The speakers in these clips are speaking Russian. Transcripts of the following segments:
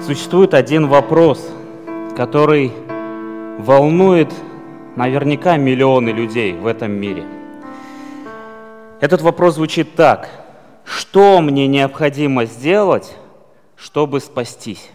Существует один вопрос, который волнует наверняка миллионы людей в этом мире. Этот вопрос звучит так: что мне необходимо сделать, чтобы спастись?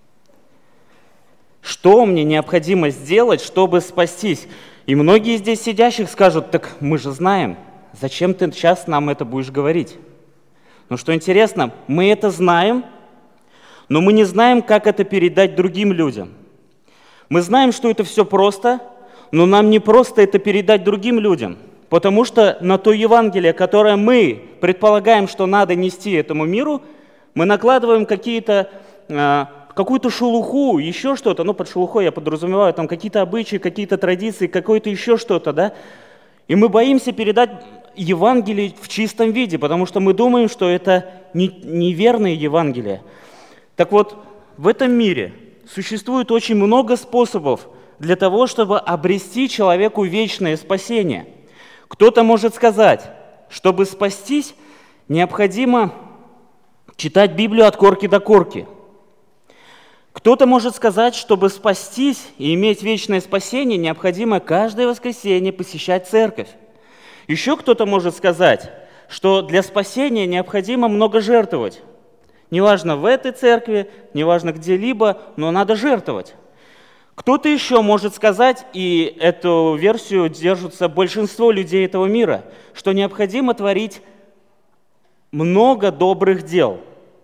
Что мне необходимо сделать, чтобы спастись? И многие здесь сидящих скажут: так мы же знаем, зачем ты сейчас нам это будешь говорить? Но что интересно, мы это знаем, но мы не знаем, как это передать другим людям. Мы знаем, что это все просто, но нам не просто это передать другим людям, потому что на то Евангелие, которое мы предполагаем, что надо нести этому миру, мы накладываем какую-то шелуху, еще что-то. Ну, под шелухой я подразумеваю там какие-то обычаи, какие-то традиции, какое-то еще что-то, да? И мы боимся передать Евангелие в чистом виде, потому что мы думаем, что это неверное Евангелие. Так вот, в этом мире существует очень много способов для того, чтобы обрести человеку вечное спасение. Кто-то может сказать, чтобы спастись, необходимо читать Библию от корки до корки. Кто-то может сказать, чтобы спастись и иметь вечное спасение, необходимо каждое воскресенье посещать церковь. Еще кто-то может сказать, что для спасения необходимо много жертвовать. Неважно в этой церкви, неважно где-либо, но надо жертвовать. Кто-то еще может сказать, и эту версию держится большинство людей этого мира, что необходимо творить много добрых дел.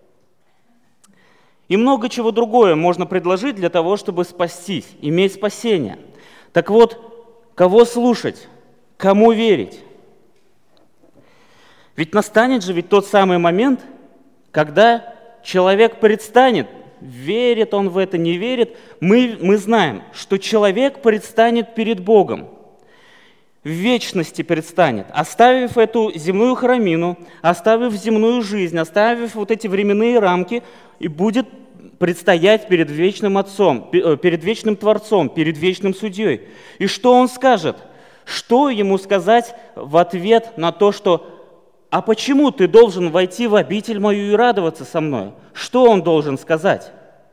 И много чего другое можно предложить для того, чтобы спастись, иметь спасение. Так вот, кого слушать, кому верить? Ведь настанет же тот самый момент, когда человек предстанет, верит он в это, не верит, мы знаем, что человек предстанет перед Богом, в вечности предстанет, оставив эту земную храмину, оставив земную жизнь, оставив вот эти временные рамки, и будет предстоять перед вечным Отцом, перед вечным Творцом, перед вечным Судьей. И что он скажет? Что ему сказать в ответ на то, что «А почему ты должен войти в обитель мою и радоваться со мной?» Что он должен сказать?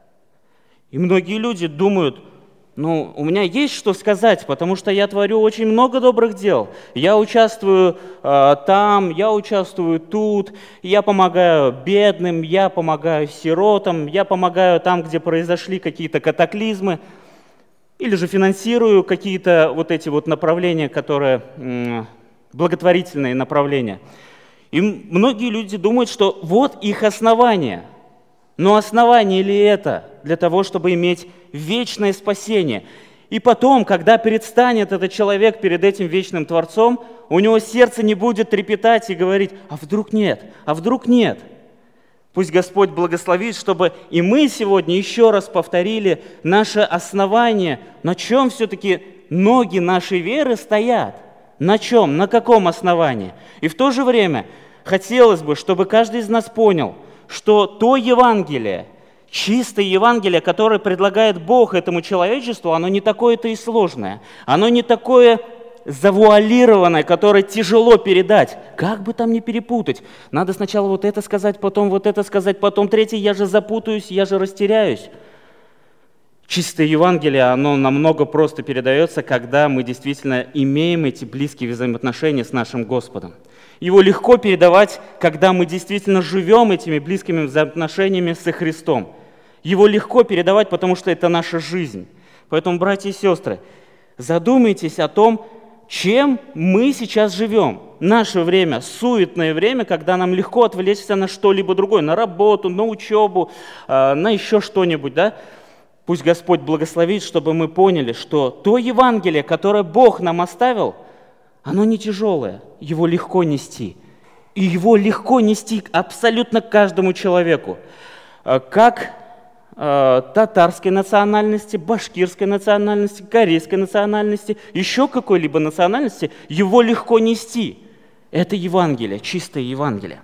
И многие люди думают: ну, у меня есть что сказать, потому что я творю очень много добрых дел. Я участвую там, я участвую тут, я помогаю бедным, я помогаю сиротам, я помогаю там, где произошли какие-то катаклизмы, или же финансирую какие-то вот эти вот направления, которые благотворительные направления. И многие люди думают, что вот их основание. Но основание ли это для того, чтобы иметь вечное спасение? И потом, когда предстанет этот человек перед этим вечным Творцом, у него сердце не будет трепетать и говорить: а вдруг нет, а вдруг нет. Пусть Господь благословит, чтобы и мы сегодня еще раз повторили наше основание, на чем все-таки ноги нашей веры стоят. На чем, на каком основании? И в то же время хотелось бы, чтобы каждый из нас понял, что то Евангелие, чистое Евангелие, которое предлагает Бог этому человечеству, оно не такое-то и сложное, оно не такое завуалированное, которое тяжело передать. Как бы там ни перепутать. Надо сначала вот это сказать, потом вот это сказать, потом третье, я же запутаюсь, я же растеряюсь. Чистое Евангелие, оно намного просто передается, когда мы действительно имеем эти близкие взаимоотношения с нашим Господом. Его легко передавать, когда мы действительно живем этими близкими взаимоотношениями со Христом. Его легко передавать, потому что это наша жизнь. Поэтому, братья и сестры, задумайтесь о том, чем мы сейчас живем. Наше время, суетное время, когда нам легко отвлечься на что-либо другое, на работу, на учебу, на еще что-нибудь, да? Пусть Господь благословит, чтобы мы поняли, что то Евангелие, которое Бог нам оставил, оно не тяжелое, его легко нести. И его легко нести абсолютно каждому человеку. Как татарской национальности, башкирской национальности, корейской национальности, еще какой-либо национальности, его легко нести. Это Евангелие, чистое Евангелие.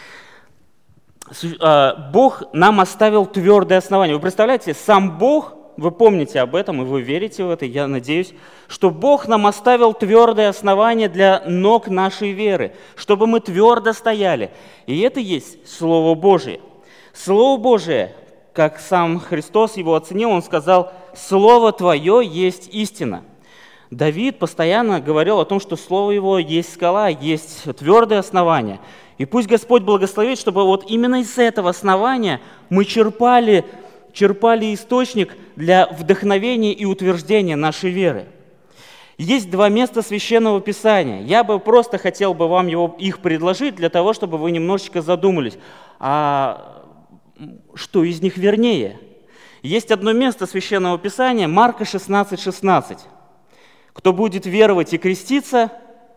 Бог нам оставил твердое основание. Вы представляете, сам Бог, вы помните об этом, и вы верите в это, я надеюсь, что Бог нам оставил твердое основание для ног нашей веры, чтобы мы твердо стояли. И это есть Слово Божие. Слово Божие, как сам Христос его оценил, он сказал: «Слово Твое есть истина». Давид постоянно говорил о том, что Слово Его есть скала, есть твердое основание. И пусть Господь благословит, чтобы вот именно из этого основания мы черпали источник для вдохновения и утверждения нашей веры. Есть два места Священного Писания. Я бы просто хотел бы вам их предложить для того, чтобы вы немножечко задумались, а что из них вернее. Есть одно место Священного Писания, Марка 16:16. «Кто будет веровать и креститься,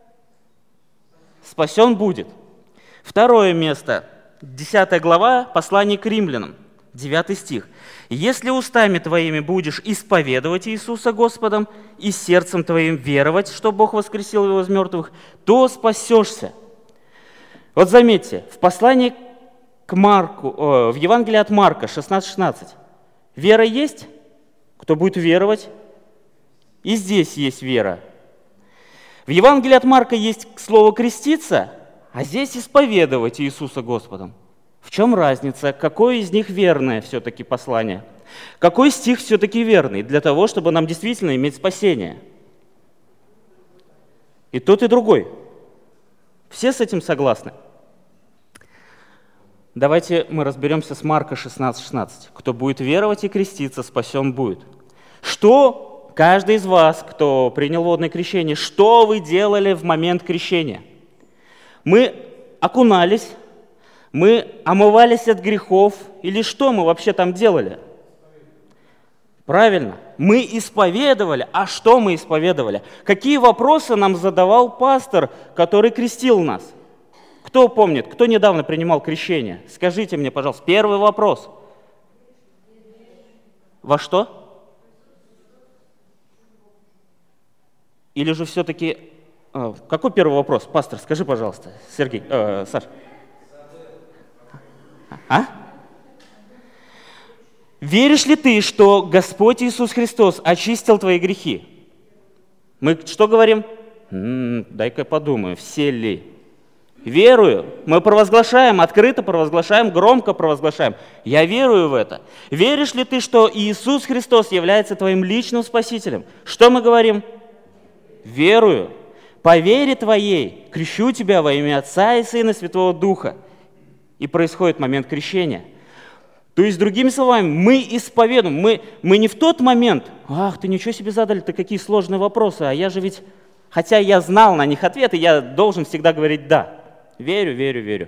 спасен будет». Второе место, 10 глава, послание к римлянам, 9 стих. «Если устами твоими будешь исповедовать Иисуса Господом и сердцем твоим веровать, что Бог воскресил Его из мертвых, то спасешься». Вот заметьте, в послании к Марку, в Евангелии от Марка 16:16 вера есть, кто будет веровать, и здесь есть вера. В Евангелии от Марка есть слово «креститься», а здесь «исповедовать Иисуса Господом». В чем разница? Какое из них верное все-таки послание? Какой стих все-таки верный для того, чтобы нам действительно иметь спасение? И тот, и другой. Все с этим согласны? Давайте мы разберемся с Марка 16:16. «Кто будет веровать и креститься, спасен будет». Что каждый из вас, кто принял водное крещение, что вы делали в момент крещения? Мы окунались, мы омывались от грехов, или что мы вообще там делали? Правильно, мы исповедовали. А что мы исповедовали? Какие вопросы нам задавал пастор, который крестил нас? Кто помнит, кто недавно принимал крещение? Скажите мне, пожалуйста, первый вопрос. Во что? Или же все-таки... Какой первый вопрос? Пастор, скажи, пожалуйста. Сергей, Саш. Веришь ли ты, что Господь Иисус Христос очистил твои грехи? Мы что говорим? Дай-ка подумаю, все ли? Верую. Мы провозглашаем, открыто провозглашаем, громко провозглашаем. Я верую в это. Веришь ли ты, что Иисус Христос является твоим личным спасителем? Что мы говорим? Верую. По вере твоей крещу тебя во имя Отца и Сына и Святого Духа. И происходит момент крещения. То есть, другими словами, мы исповедуем, мы не в тот момент, ах, ты ничего себе задали-то, какие сложные вопросы, а я же ведь, хотя я знал на них ответы, я должен всегда говорить «да». Верю, верю, верю.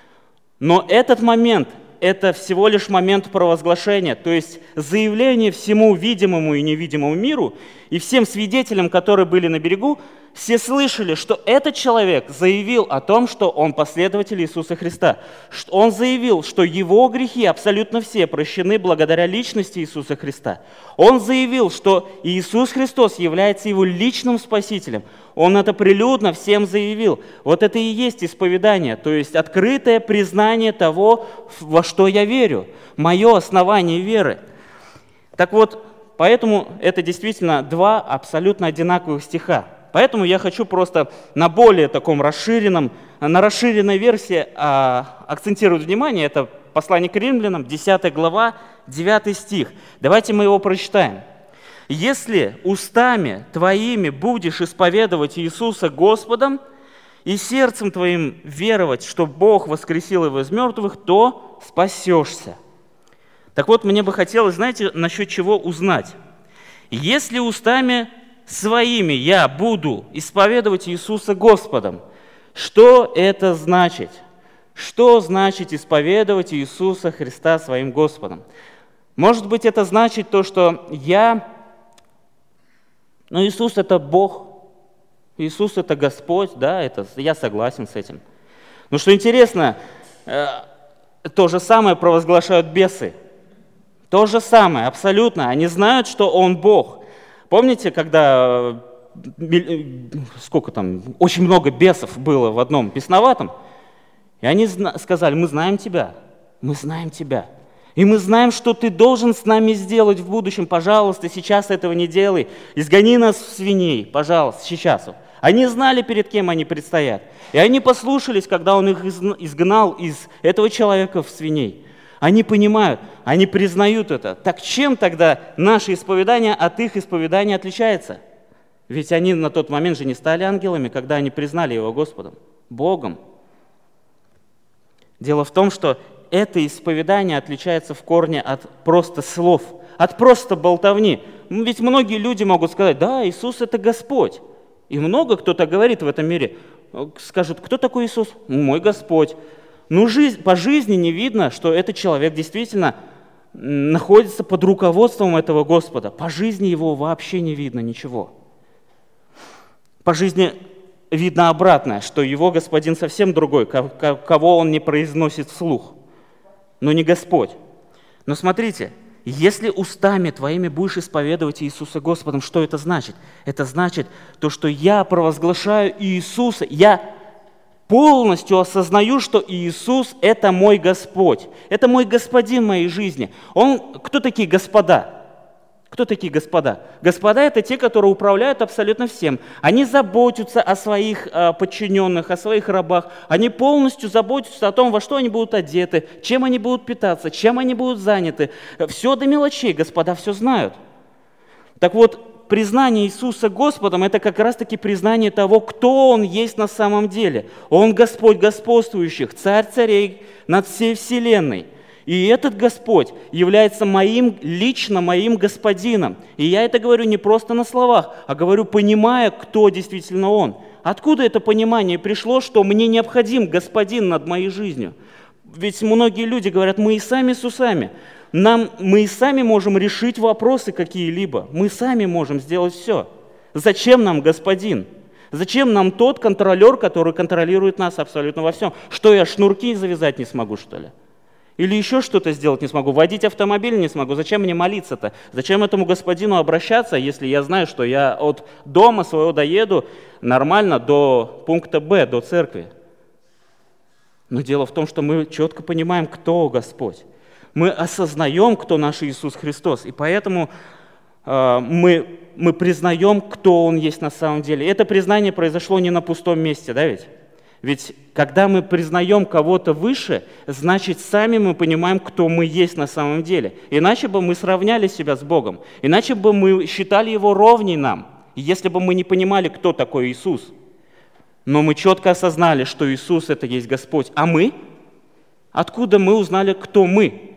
Но этот момент, это всего лишь момент провозглашения, то есть заявление всему видимому и невидимому миру и всем свидетелям, которые были на берегу, все слышали, что этот человек заявил о том, что он последователь Иисуса Христа. Он заявил, что его грехи абсолютно все прощены благодаря личности Иисуса Христа. Он заявил, что Иисус Христос является его личным спасителем. Он это прилюдно всем заявил. Вот это и есть исповедание, то есть открытое признание того, во что я верю, мое основание веры. Так вот, поэтому это действительно два абсолютно одинаковых стиха. Поэтому я хочу просто на более таком расширенной версии акцентировать внимание. Это послание к римлянам, 10 глава, 9 стих. Давайте мы его прочитаем. «Если устами твоими будешь исповедовать Иисуса Господом и сердцем твоим веровать, что Бог воскресил его из мертвых, то спасешься». Так вот, мне бы хотелось, знаете, насчет чего узнать. Если устами своими я буду исповедовать Иисуса Господом, что это значит? Что значит исповедовать Иисуса Христа своим Господом? Может быть, это значит то, что Иисус – это Бог, Иисус – это Господь, да, я согласен с этим. Но что интересно, то же самое провозглашают бесы. То же самое, абсолютно. Они знают, что Он Бог. Помните, когда очень много бесов было в одном бесноватом, и они сказали: мы знаем тебя, и мы знаем, что ты должен с нами сделать в будущем, пожалуйста, сейчас этого не делай, изгони нас в свиней, пожалуйста, сейчас. Они знали, перед кем они предстоят, и они послушались, когда он их изгнал из этого человека в свиней. Они понимают, они признают это. Так чем тогда наше исповедание от их исповедания отличается? Ведь они на тот момент же не стали ангелами, когда они признали Его Господом, Богом. Дело в том, что это исповедание отличается в корне от просто слов, от просто болтовни. Ведь многие люди могут сказать: да, Иисус – это Господь. И много кто-то говорит в этом мире, скажут: кто такой Иисус? Мой Господь. Но по жизни не видно, что этот человек действительно находится под руководством этого Господа. По жизни его вообще не видно ничего. По жизни видно обратное, что его господин совсем другой, кого он не произносит вслух, но не Господь. Но смотрите, если устами твоими будешь исповедовать Иисуса Господом, что это значит? Это значит то, что я провозглашаю Иисуса, я полностью осознаю, что Иисус – это мой Господь, это мой Господин в моей жизни. Кто такие господа? Кто такие господа? Господа – это те, которые управляют абсолютно всем. Они заботятся о своих подчиненных, о своих рабах. Они полностью заботятся о том, во что они будут одеты, чем они будут питаться, чем они будут заняты. Все до мелочей, господа все знают. Так вот, признание Иисуса Господом – это как раз-таки признание того, кто Он есть на самом деле. Он Господь господствующих, Царь царей над всей вселенной. И этот Господь является лично моим Господином. И я это говорю не просто на словах, а говорю, понимая, кто действительно Он. Откуда это понимание пришло, что мне необходим Господин над моей жизнью? Ведь многие люди говорят: мы и сами с усами. Мы и сами можем решить вопросы какие-либо. Мы сами можем сделать все. Зачем нам Господин? Зачем нам тот контролер, который контролирует нас абсолютно во всем? Что, я шнурки завязать не смогу, что ли? Или еще что-то сделать не смогу, водить автомобиль не смогу. Зачем мне молиться-то? Зачем этому господину обращаться, если я знаю, что я от дома своего доеду нормально до пункта Б, до церкви? Но дело в том, что мы четко понимаем, кто Господь. Мы осознаем, кто наш Иисус Христос, и поэтому мы признаем, кто Он есть на самом деле. Это признание произошло не на пустом месте, да ведь? Ведь когда мы признаем кого-то выше, значит, сами мы понимаем, кто мы есть на самом деле. Иначе бы мы сравняли себя с Богом, иначе бы мы считали Его ровней нам, если бы мы не понимали, кто такой Иисус. Но мы четко осознали, что Иисус – это есть Господь. А мы? Откуда мы узнали, кто мы?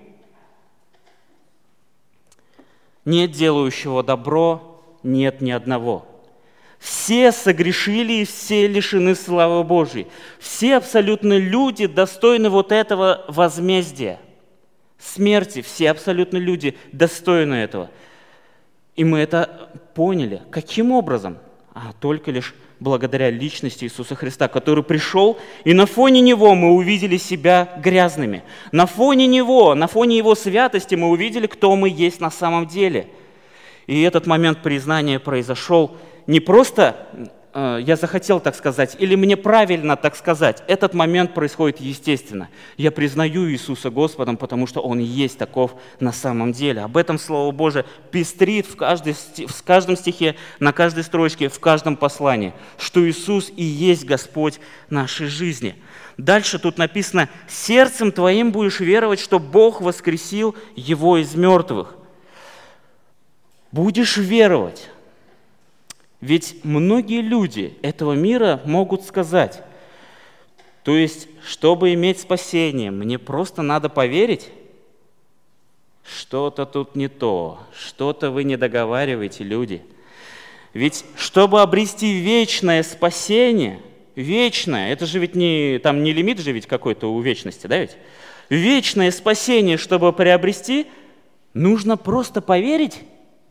Нет делающего добро, нет ни одного. Все согрешили и все лишены славы Божьей. Все абсолютно люди достойны вот этого возмездия. Смерти, все абсолютно люди достойны этого. И мы это поняли. Каким образом? Только лишь благодаря личности Иисуса Христа, который пришел, и на фоне Него мы увидели себя грязными. На фоне Него, на фоне Его святости мы увидели, кто мы есть на самом деле. И этот момент признания произошел не просто я захотел так сказать, или мне правильно так сказать. Этот момент происходит естественно. Я признаю Иисуса Господом, потому что Он есть таков на самом деле. Об этом Слово Божие пестрит в каждом стихе, на каждой строчке, в каждом послании, что Иисус и есть Господь нашей жизни. Дальше тут написано: «Сердцем твоим будешь веровать, что Бог воскресил Его из мертвых». Будешь веровать. Ведь многие люди этого мира могут сказать, то есть, чтобы иметь спасение, мне просто надо поверить? Что-то тут не то, что-то вы не договариваете, люди. Ведь чтобы обрести вечное спасение, вечное, это же ведь там не лимит же ведь какой-то у вечности, да ведь? Вечное спасение, чтобы приобрести, нужно просто поверить.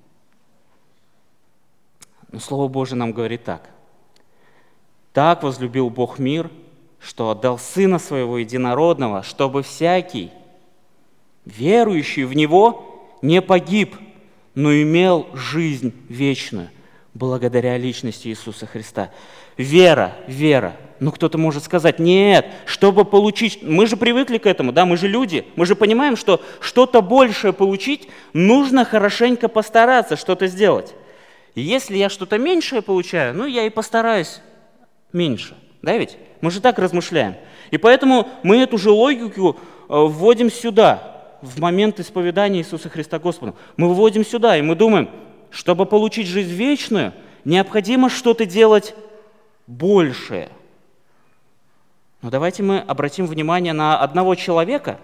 Но Слово Божие нам говорит так. «Так возлюбил Бог мир, что отдал Сына Своего Единородного, чтобы всякий, верующий в Него, не погиб, но имел жизнь вечную, благодаря личности Иисуса Христа». Вера, вера. Ну, кто-то может сказать: нет, чтобы получить... Мы же привыкли к этому, да, мы же люди, мы же понимаем, что что-то большее получить, нужно хорошенько постараться что-то сделать. Если я что-то меньшее получаю, я и постараюсь меньше. Да ведь? Мы же так размышляем. И поэтому мы эту же логику вводим сюда. в момент исповедания Иисуса Христа Господом. Мы выводим сюда, и мы думаем, чтобы получить жизнь вечную, необходимо что-то делать большее. Но давайте мы обратим внимание на одного человека,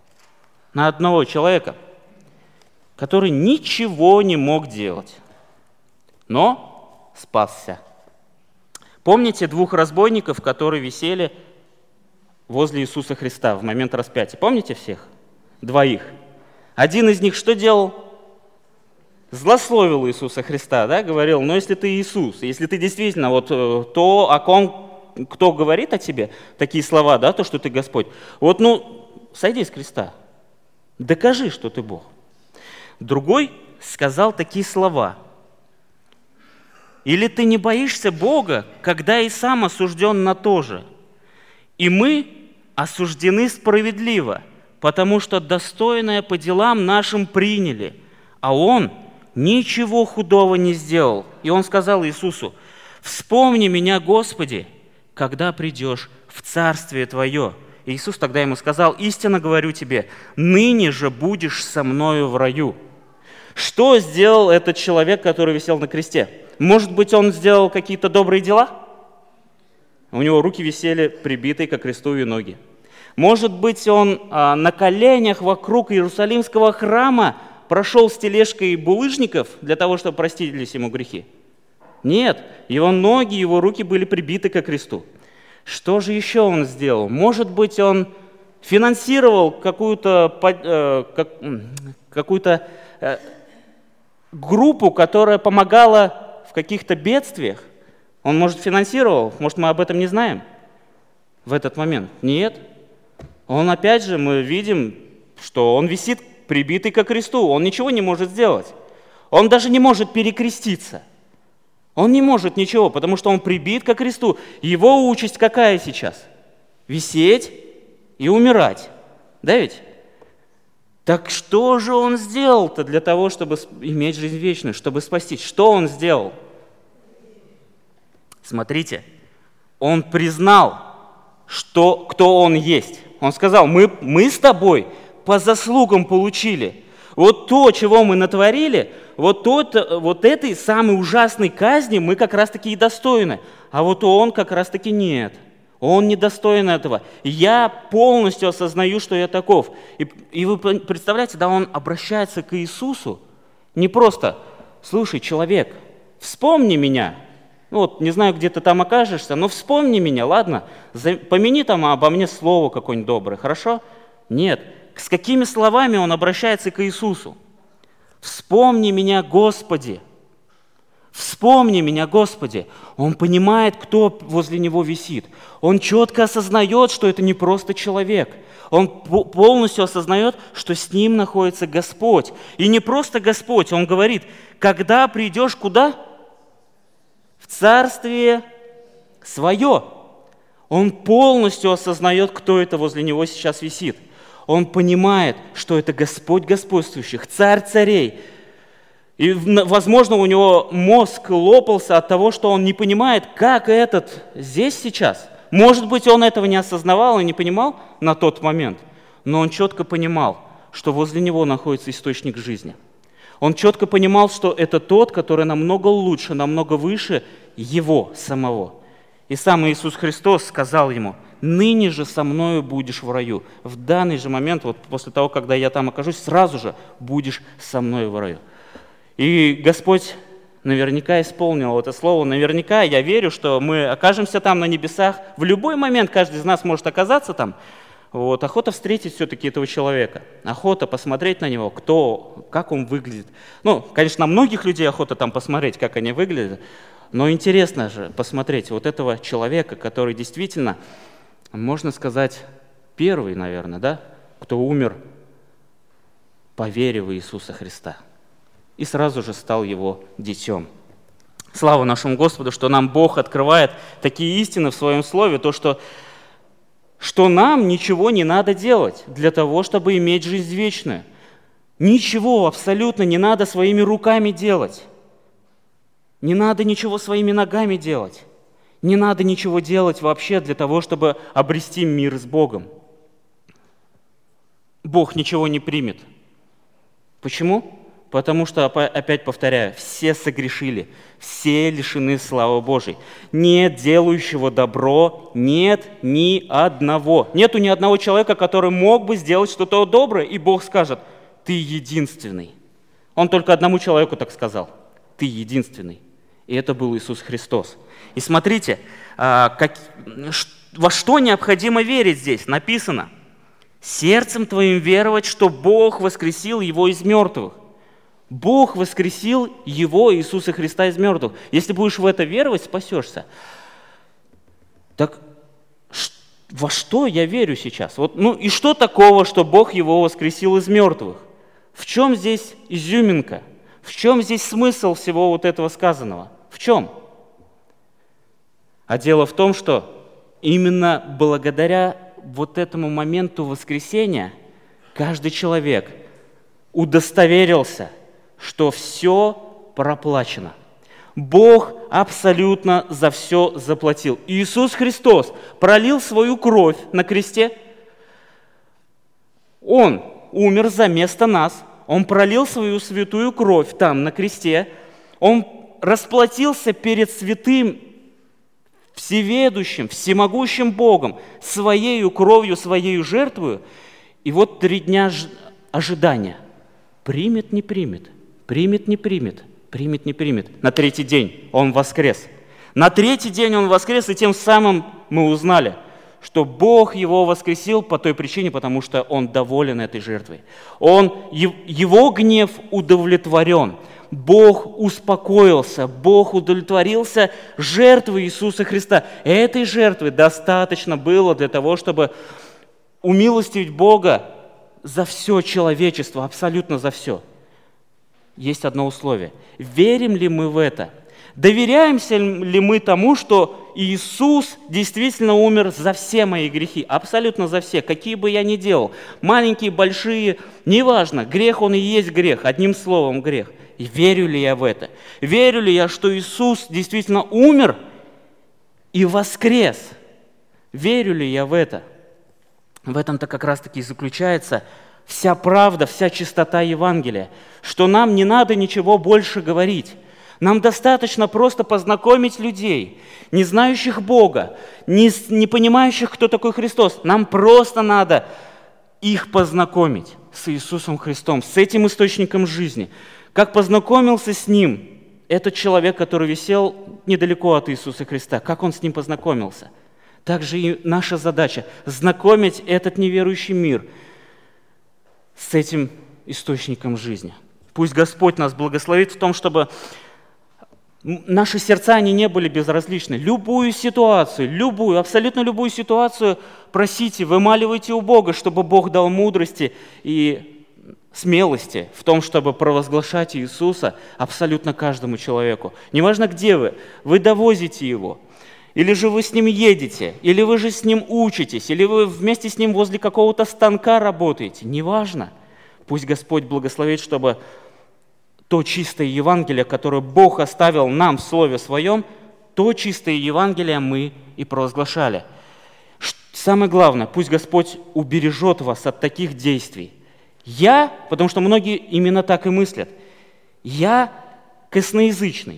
который ничего не мог делать, но спасся. Помните 2 разбойников, которые висели возле Иисуса Христа в момент распятия? Помните всех? 2. Один из них что делал? Злословил Иисуса Христа, да? Говорил, но если ты Иисус, если ты действительно вот то, о ком, кто говорит о тебе, такие слова, да, то, что ты Господь, вот, сойди с креста, докажи, что ты Бог. Другой сказал такие слова: или ты не боишься Бога, когда и сам осужден на то же? И мы осуждены справедливо, потому что достойное по делам нашим приняли, а Он ничего худого не сделал. И Он сказал Иисусу: «Вспомни меня, Господи, когда придешь в Царствие Твое». И Иисус тогда ему сказал: «Истинно говорю тебе, ныне же будешь со мною в раю». Что сделал этот человек, который висел на кресте? Может быть, он сделал какие-то добрые дела? У него руки висели прибитые ко кресту и ноги. Может быть, он на коленях вокруг Иерусалимского храма прошел с тележкой булыжников для того, чтобы простились ему грехи? Нет, его ноги, его руки были прибиты ко кресту. Что же еще он сделал? Может быть, он финансировал какую-то группу, которая помогала в каких-то бедствиях. Он, может, финансировал, может, мы об этом не знаем в этот момент. Нет. Он, опять же, мы видим, что он висит прибитый ко кресту, он ничего не может сделать. Он даже не может перекреститься. Он не может ничего, потому что он прибит ко кресту. Его участь какая сейчас? Висеть и умирать. Да ведь? Так что же он сделал-то для того, чтобы иметь жизнь вечную, чтобы спастись? Что он сделал? Смотрите, он признал, кто он есть. Он сказал: мы с тобой по заслугам получили. Вот то, чего мы натворили, вот этой самой ужасной казни мы как раз-таки и достойны. А вот он как раз-таки нет. Он недостоин этого. Я полностью осознаю, что я таков. И вы представляете, да, он обращается к Иисусу не просто: слушай, человек, вспомни меня. Вот, не знаю, где ты там окажешься, но вспомни меня, ладно? Помяни там обо мне слово какое-нибудь доброе, хорошо? Нет. С какими словами он обращается к Иисусу? «Вспомни меня, Господи! Вспомни меня, Господи!» Он понимает, кто возле него висит. Он четко осознает, что это не просто человек. Он полностью осознает, что с ним находится Господь. И не просто Господь, он говорит: когда придешь куда? В Царствие Свое. Он полностью осознает, кто это возле него сейчас висит. Он понимает, что это Господь господствующих, Царь царей. И, возможно, у него мозг лопался от того, что он не понимает, как этот здесь сейчас. Может быть, он этого не осознавал и не понимал на тот момент, но он четко понимал, что возле него находится источник жизни. Он четко понимал, что это тот, который намного лучше, намного выше его самого. И сам Иисус Христос сказал ему: «Ныне же со мною будешь в раю». В данный же момент, вот после того, когда я там окажусь, сразу же будешь со мной в раю. И Господь наверняка исполнил это слово. Наверняка я верю, что мы окажемся там на небесах. В любой момент каждый из нас может оказаться там. Вот, охота встретить все-таки этого человека. Охота посмотреть на него, как он выглядит. Конечно, на многих людей охота там посмотреть, как они выглядят. Но интересно же посмотреть вот этого человека, который действительно, можно сказать, первый, наверное, да, кто умер по вере в Иисуса Христа. И сразу же стал его детем. Слава нашему Господу, что нам Бог открывает такие истины в Своем Слове, то, что нам ничего не надо делать для того, чтобы иметь жизнь вечную. Ничего абсолютно не надо своими руками делать. Не надо ничего своими ногами делать. Не надо ничего делать вообще для того, чтобы обрести мир с Богом. Бог ничего не примет. Почему? Потому что, опять повторяю, все согрешили, все лишены славы Божьей. Нет делающего добро, нет ни одного. Нету ни одного человека, который мог бы сделать что-то доброе, и Бог скажет: ты единственный. Он только одному человеку так сказал: ты единственный. И это был Иисус Христос. И смотрите, во что необходимо верить здесь. Написано: сердцем твоим веровать, что Бог воскресил Его из мертвых. Бог воскресил Его, Иисуса Христа, из мертвых. Если будешь в это веровать, спасешься. Так во что я верю сейчас? И что такого, что Бог Его воскресил из мертвых? В чем здесь изюминка? В чем здесь смысл всего вот этого сказанного? В чем? А дело в том, что именно благодаря вот этому моменту воскресения каждый человек удостоверился, что все проплачено. Бог абсолютно за все заплатил. Иисус Христос пролил свою кровь на кресте. Он умер за место нас. Он пролил свою святую кровь там, на кресте. Он расплатился перед святым, всеведущим, всемогущим Богом своею кровью, своею жертвою. И вот 3 дня ожидания. Примет, не примет. Примет, не примет, примет, не примет. На 3-й день Он воскрес. На 3-й день Он воскрес, и тем самым мы узнали, что Бог Его воскресил по той причине, потому что Он доволен этой жертвой. Его гнев удовлетворен. Бог успокоился, Бог удовлетворился жертвой Иисуса Христа. Этой жертвы достаточно было для того, чтобы умилостивить Бога за все человечество, абсолютно за все. Есть одно условие. Верим ли мы в это? Доверяемся ли мы тому, что Иисус действительно умер за все мои грехи? Абсолютно за все, какие бы я ни делал. Маленькие, большие, неважно. Грех, он и есть грех. Одним словом, грех. И верю ли я в это? Верю ли я, что Иисус действительно умер и воскрес? Верю ли я в это? В этом-то как раз-таки и заключается вся правда, вся чистота Евангелия, что нам не надо ничего больше говорить. Нам достаточно просто познакомить людей, не знающих Бога, не понимающих, кто такой Христос. Нам просто надо их познакомить с Иисусом Христом, с этим источником жизни. Как познакомился с Ним этот человек, который висел недалеко от Иисуса Христа, как он с Ним познакомился. Также и наша задача – знакомить этот неверующий мир с этим источником жизни. Пусть Господь нас благословит в том, чтобы наши сердца, они не были безразличны. Любую ситуацию, абсолютно любую ситуацию просите, вымаливайте у Бога, чтобы Бог дал мудрости и смелости в том, чтобы провозглашать Иисуса абсолютно каждому человеку. Неважно, где вы довозите Его, или же вы с Ним едете, или вы же с Ним учитесь, или вы вместе с Ним возле какого-то станка работаете. Неважно. Пусть Господь благословит, чтобы то чистое Евангелие, которое Бог оставил нам в Слове Своем, то чистое Евангелие мы и провозглашали. Самое главное, пусть Господь убережет вас от таких действий. Потому что многие именно так и мыслят, я косноязычный,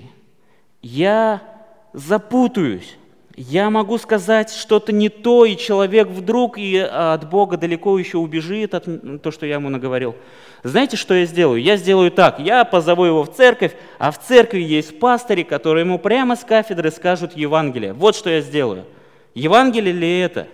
я запутаюсь, я могу сказать что-то не то, и человек вдруг от Бога далеко еще убежит от того, что я ему наговорил. Знаете, что я сделаю? Я сделаю так, я позову его в церковь, а в церкви есть пастыри, которые ему прямо с кафедры скажут Евангелие. Вот что я сделаю. Евангелие ли это?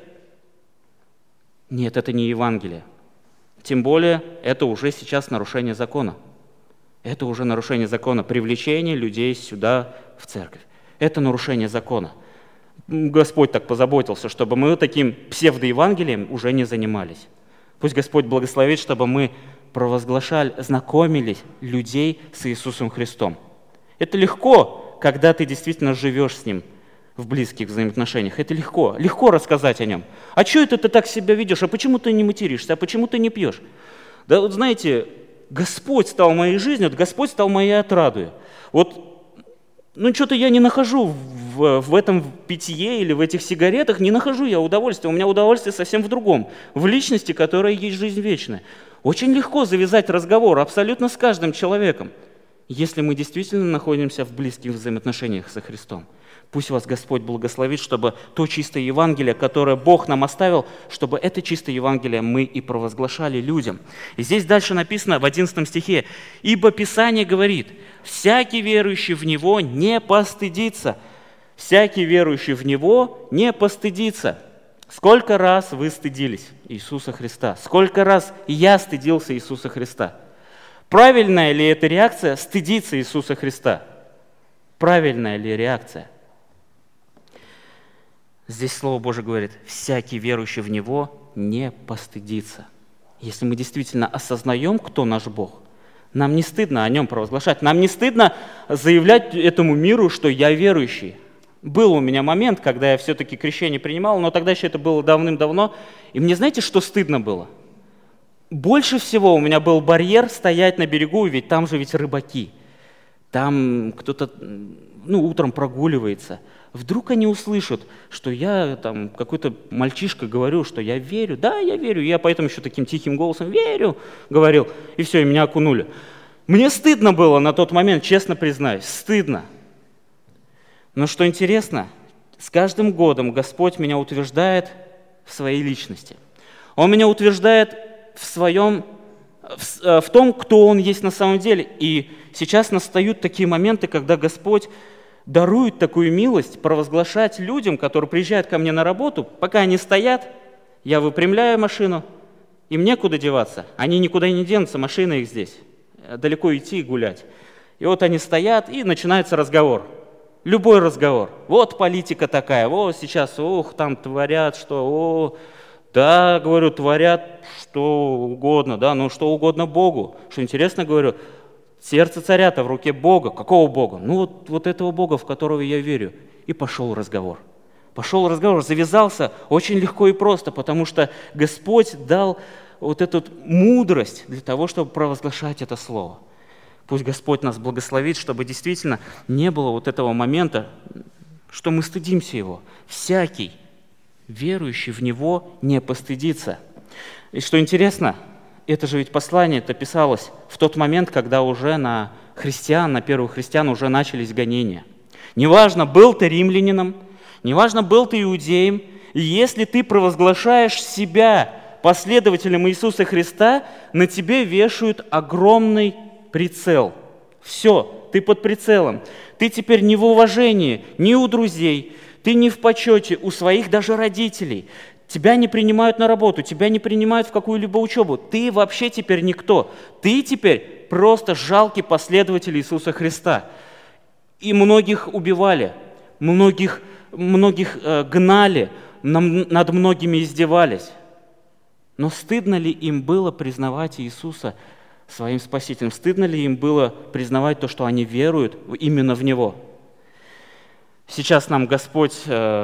Нет, это не Евангелие. Тем более, это уже сейчас нарушение закона. Это уже нарушение закона, привлечение людей сюда, в церковь. Это нарушение закона. Господь так позаботился, чтобы мы таким псевдоевангелием уже не занимались. Пусть Господь благословит, чтобы мы провозглашали, знакомились людей с Иисусом Христом. Это легко, когда ты действительно живешь с Ним в близких взаимоотношениях. Это легко. Легко рассказать о Нем. А что это ты так себя ведешь? А почему ты не материшься? А почему ты не пьешь? Да вот знаете, Господь стал моей жизнью, Господь стал моей отрадой. Что-то я не нахожу в этом питье или в этих сигаретах не нахожу я удовольствия. У меня удовольствие совсем в другом, в личности, которая есть жизнь вечная. Очень легко завязать разговор абсолютно с каждым человеком, если мы действительно находимся в близких взаимоотношениях со Христом. Пусть вас Господь благословит, чтобы то чистое Евангелие, которое Бог нам оставил, чтобы это чистое Евангелие мы и провозглашали людям. И здесь дальше написано в 11 стихе: «Ибо Писание говорит, всякий верующий в Него не постыдится». Всякий верующий в Него не постыдится. Сколько раз вы стыдились Иисуса Христа? Сколько раз я стыдился Иисуса Христа? Правильная ли это реакция стыдиться Иисуса Христа? Правильная ли реакция? Здесь Слово Божие говорит, всякий верующий в Него не постыдится. Если мы действительно осознаем, кто наш Бог, нам не стыдно о Нем провозглашать, нам не стыдно заявлять этому миру, что я верующий. Был у меня момент, когда я все-таки крещение принимал, но тогда еще это было давным-давно, и мне знаете, что стыдно было? Больше всего у меня был барьер стоять на берегу, ведь там же ведь рыбаки. Там кто-то утром прогуливается. Вдруг они услышат, что я там какой-то мальчишка говорю, что я верю. Да, я верю. Я поэтому еще таким тихим голосом верю, говорил. И все, и меня окунули. Мне стыдно было на тот момент, честно признаюсь, стыдно. Но что интересно, с каждым годом Господь меня утверждает в своей личности. Он меня утверждает в том, кто Он есть на самом деле. И сейчас настают такие моменты, когда Господь дарует такую милость провозглашать людям, которые приезжают ко мне на работу, пока они стоят, я выпрямляю машину, им некуда деваться, они никуда не денутся, машина их здесь, далеко идти и гулять. И вот они стоят, и начинается разговор, любой разговор. Вот политика такая, вот сейчас, там творят, что, да, говорю, творят что угодно, да, что угодно Богу. Что интересно, говорю, сердце царя-то в руке Бога. Какого Бога? Вот этого Бога, в которого я верю. И пошел разговор. Завязался очень легко и просто, потому что Господь дал вот эту мудрость для того, чтобы провозглашать это слово. Пусть Господь нас благословит, чтобы действительно не было вот этого момента, что мы стыдимся Его. Всякий верующий в Него не постыдится. И что интересно, это же ведь послание это писалось в тот момент, когда уже на первых христиан уже начались гонения. Неважно, был ты римлянином, неважно, был ты иудеем, и если ты провозглашаешь себя последователем Иисуса Христа, на тебе вешают огромный прицел. Все, ты под прицелом. Ты теперь не в уважении ни у друзей, ты не в почете у своих даже родителей. Тебя не принимают на работу, тебя не принимают в какую-либо учебу. Ты вообще теперь никто. Ты теперь просто жалкий последователь Иисуса Христа. И многих убивали, многих гнали, над многими издевались. Но стыдно ли им было признавать Иисуса своим Спасителем? Стыдно ли им было признавать то, что они веруют именно в Него? Сейчас нам Господь...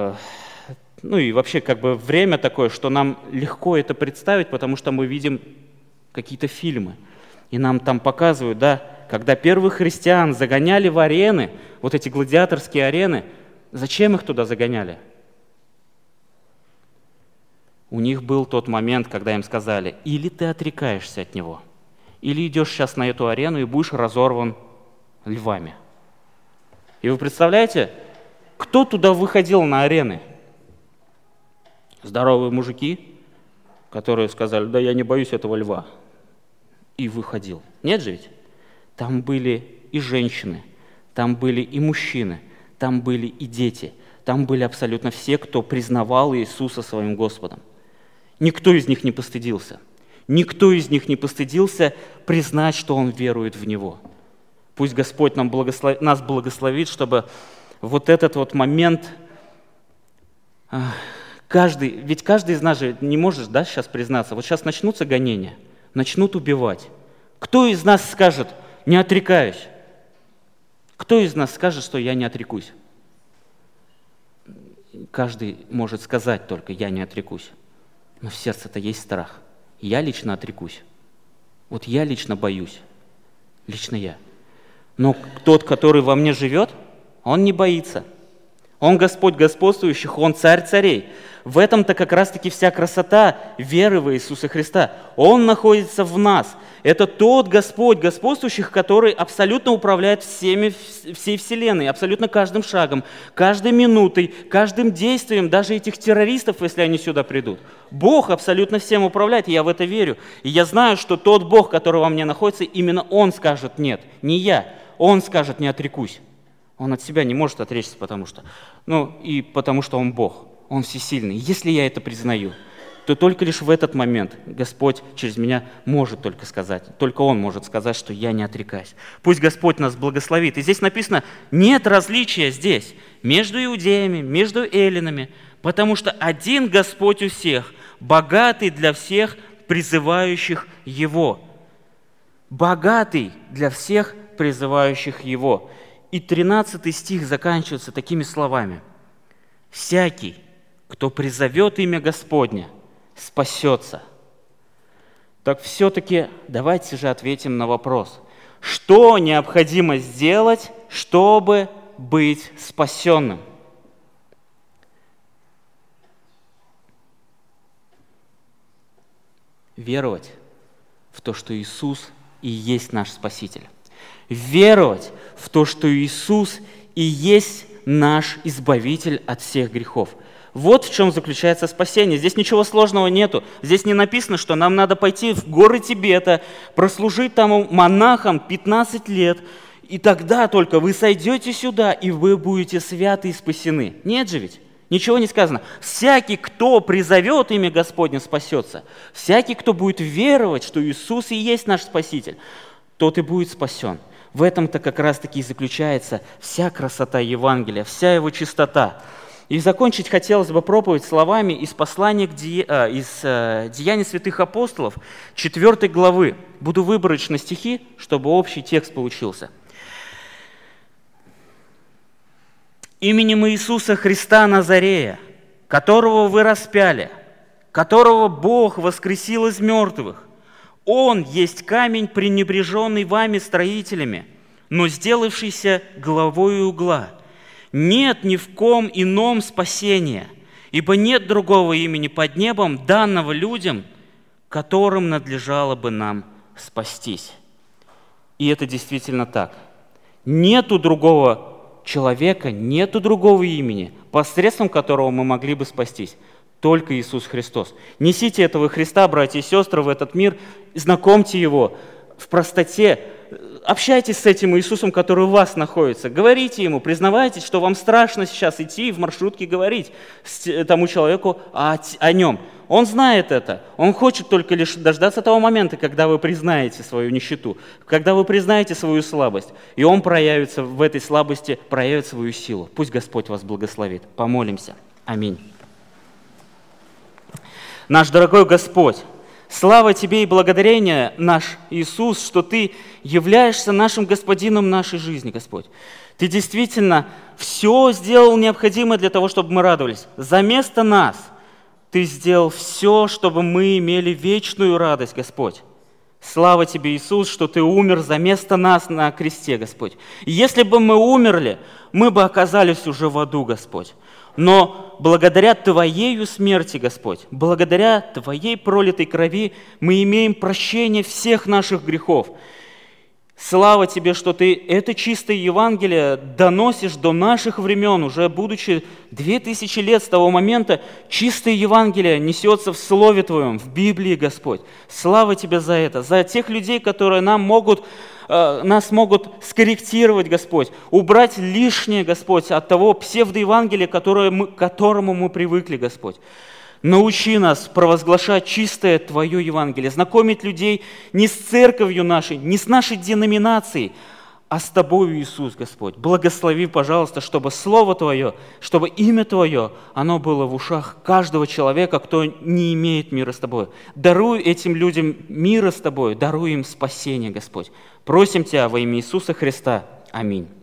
и вообще время такое, что нам легко это представить, потому что мы видим какие-то фильмы. И нам там показывают, да, когда первых христиан загоняли в арены, вот эти гладиаторские арены, зачем их туда загоняли? У них был тот момент, когда им сказали, или ты отрекаешься от него, или идешь сейчас на эту арену и будешь разорван львами. И вы представляете, кто туда выходил на арены? Здоровые мужики, которые сказали, да я не боюсь этого льва, и выходил. Нет же ведь? Там были и женщины, там были и мужчины, там были и дети, там были абсолютно все, кто признавал Иисуса своим Господом. Никто из них не постыдился. Никто из них не постыдился признать, что он верует в Него. Пусть Господь нас благословит, чтобы вот этот вот момент... Ведь каждый из нас же не может, да, сейчас признаться. Вот сейчас начнутся гонения, начнут убивать. Кто из нас скажет, не отрекаюсь? Кто из нас скажет, что я не отрекусь? Каждый может сказать только, я не отрекусь. Но в сердце-то есть страх. Я лично отрекусь. Вот я лично боюсь. Лично я. Но тот, который во мне живет, он не боится. Он Господь господствующих, Он Царь царей. В этом-то как раз-таки вся красота веры в Иисуса Христа. Он находится в нас. Это тот Господь господствующих, который абсолютно управляет всей Вселенной, абсолютно каждым шагом, каждой минутой, каждым действием, даже этих террористов, если они сюда придут. Бог абсолютно всем управляет, и я в это верю. И я знаю, что тот Бог, который во мне находится, именно Он скажет «нет», не я. Он скажет «не отрекусь». Он от себя не может отречься, потому что Он Бог. Он всесильный. Если я это признаю, то только лишь в этот момент Господь через меня может только сказать, только Он может сказать, что я не отрекаюсь. Пусть Господь нас благословит. И здесь написано, нет различия здесь между иудеями, между эллинами, потому что один Господь у всех, богатый для всех, призывающих Его. Богатый для всех, призывающих Его. И 13 стих заканчивается такими словами. «Всякий, кто призовет имя Господня, спасется». Так все-таки давайте же ответим на вопрос. Что необходимо сделать, чтобы быть спасенным? Веровать в то, что Иисус и есть наш Спаситель. Веровать в то, что Иисус и есть наш Избавитель от всех грехов. Вот в чем заключается спасение. Здесь ничего сложного нету. Здесь не написано, что нам надо пойти в горы Тибета, прослужить там монахом 15 лет, и тогда только вы сойдете сюда, и вы будете святы и спасены. Нет же ведь? Ничего не сказано. Всякий, кто призовет имя Господне, спасется. Всякий, кто будет веровать, что Иисус и есть наш Спаситель, тот и будет спасен. В этом-то как раз-таки и заключается вся красота Евангелия, вся его чистота. И закончить хотелось бы проповедь словами из послания из Деяний святых апостолов, 4 главы. Буду выборочно стихи, чтобы общий текст получился. «Именем Иисуса Христа Назарея, которого вы распяли, которого Бог воскресил из мертвых, Он есть камень, пренебреженный вами строителями, но сделавшийся главою угла. Нет ни в ком ином спасения, ибо нет другого имени под небом, данного людям, которым надлежало бы нам спастись». И это действительно так. Нету другого человека, нету другого имени, посредством которого мы могли бы спастись. Только Иисус Христос. Несите этого Христа, братья и сестры, в этот мир, знакомьте Его в простоте, общайтесь с этим Иисусом, который у вас находится, говорите Ему, признавайте, что вам страшно сейчас идти в маршрутке говорить тому человеку о Нем. Он знает это, Он хочет только лишь дождаться того момента, когда вы признаете свою нищету, когда вы признаете свою слабость, и Он проявится в этой слабости, проявит свою силу. Пусть Господь вас благословит. Помолимся. Аминь. Наш дорогой Господь, слава Тебе и благодарение, наш Иисус, что Ты являешься нашим Господином нашей жизни, Господь. Ты действительно все сделал необходимое для того, чтобы мы радовались. Заместо нас Ты сделал все, чтобы мы имели вечную радость, Господь. Слава Тебе, Иисус, что Ты умер заместо нас на кресте, Господь. И если бы мы умерли, мы бы оказались уже в аду, Господь. Но благодаря Твоей смерти, Господь, благодаря Твоей пролитой крови мы имеем прощение всех наших грехов. Слава Тебе, что Ты это чистое Евангелие доносишь до наших времен, уже будучи 2000 лет с того момента, чистое Евангелие несется в Слове Твоем, в Библии, Господь. Слава Тебе за это, за тех людей, которые нас могут скорректировать, Господь, убрать лишнее, Господь, от того псевдоевангелия, к которому мы привыкли, Господь. Научи нас провозглашать чистое Твое Евангелие, знакомить людей не с церковью нашей, не с нашей деноминацией, а с Тобою, Иисус, Господь. Благослови, пожалуйста, чтобы Слово Твое, чтобы имя Твое, оно было в ушах каждого человека, кто не имеет мира с Тобой. Даруй этим людям мира с Тобой, даруй им спасение, Господь. Просим Тебя во имя Иисуса Христа. Аминь.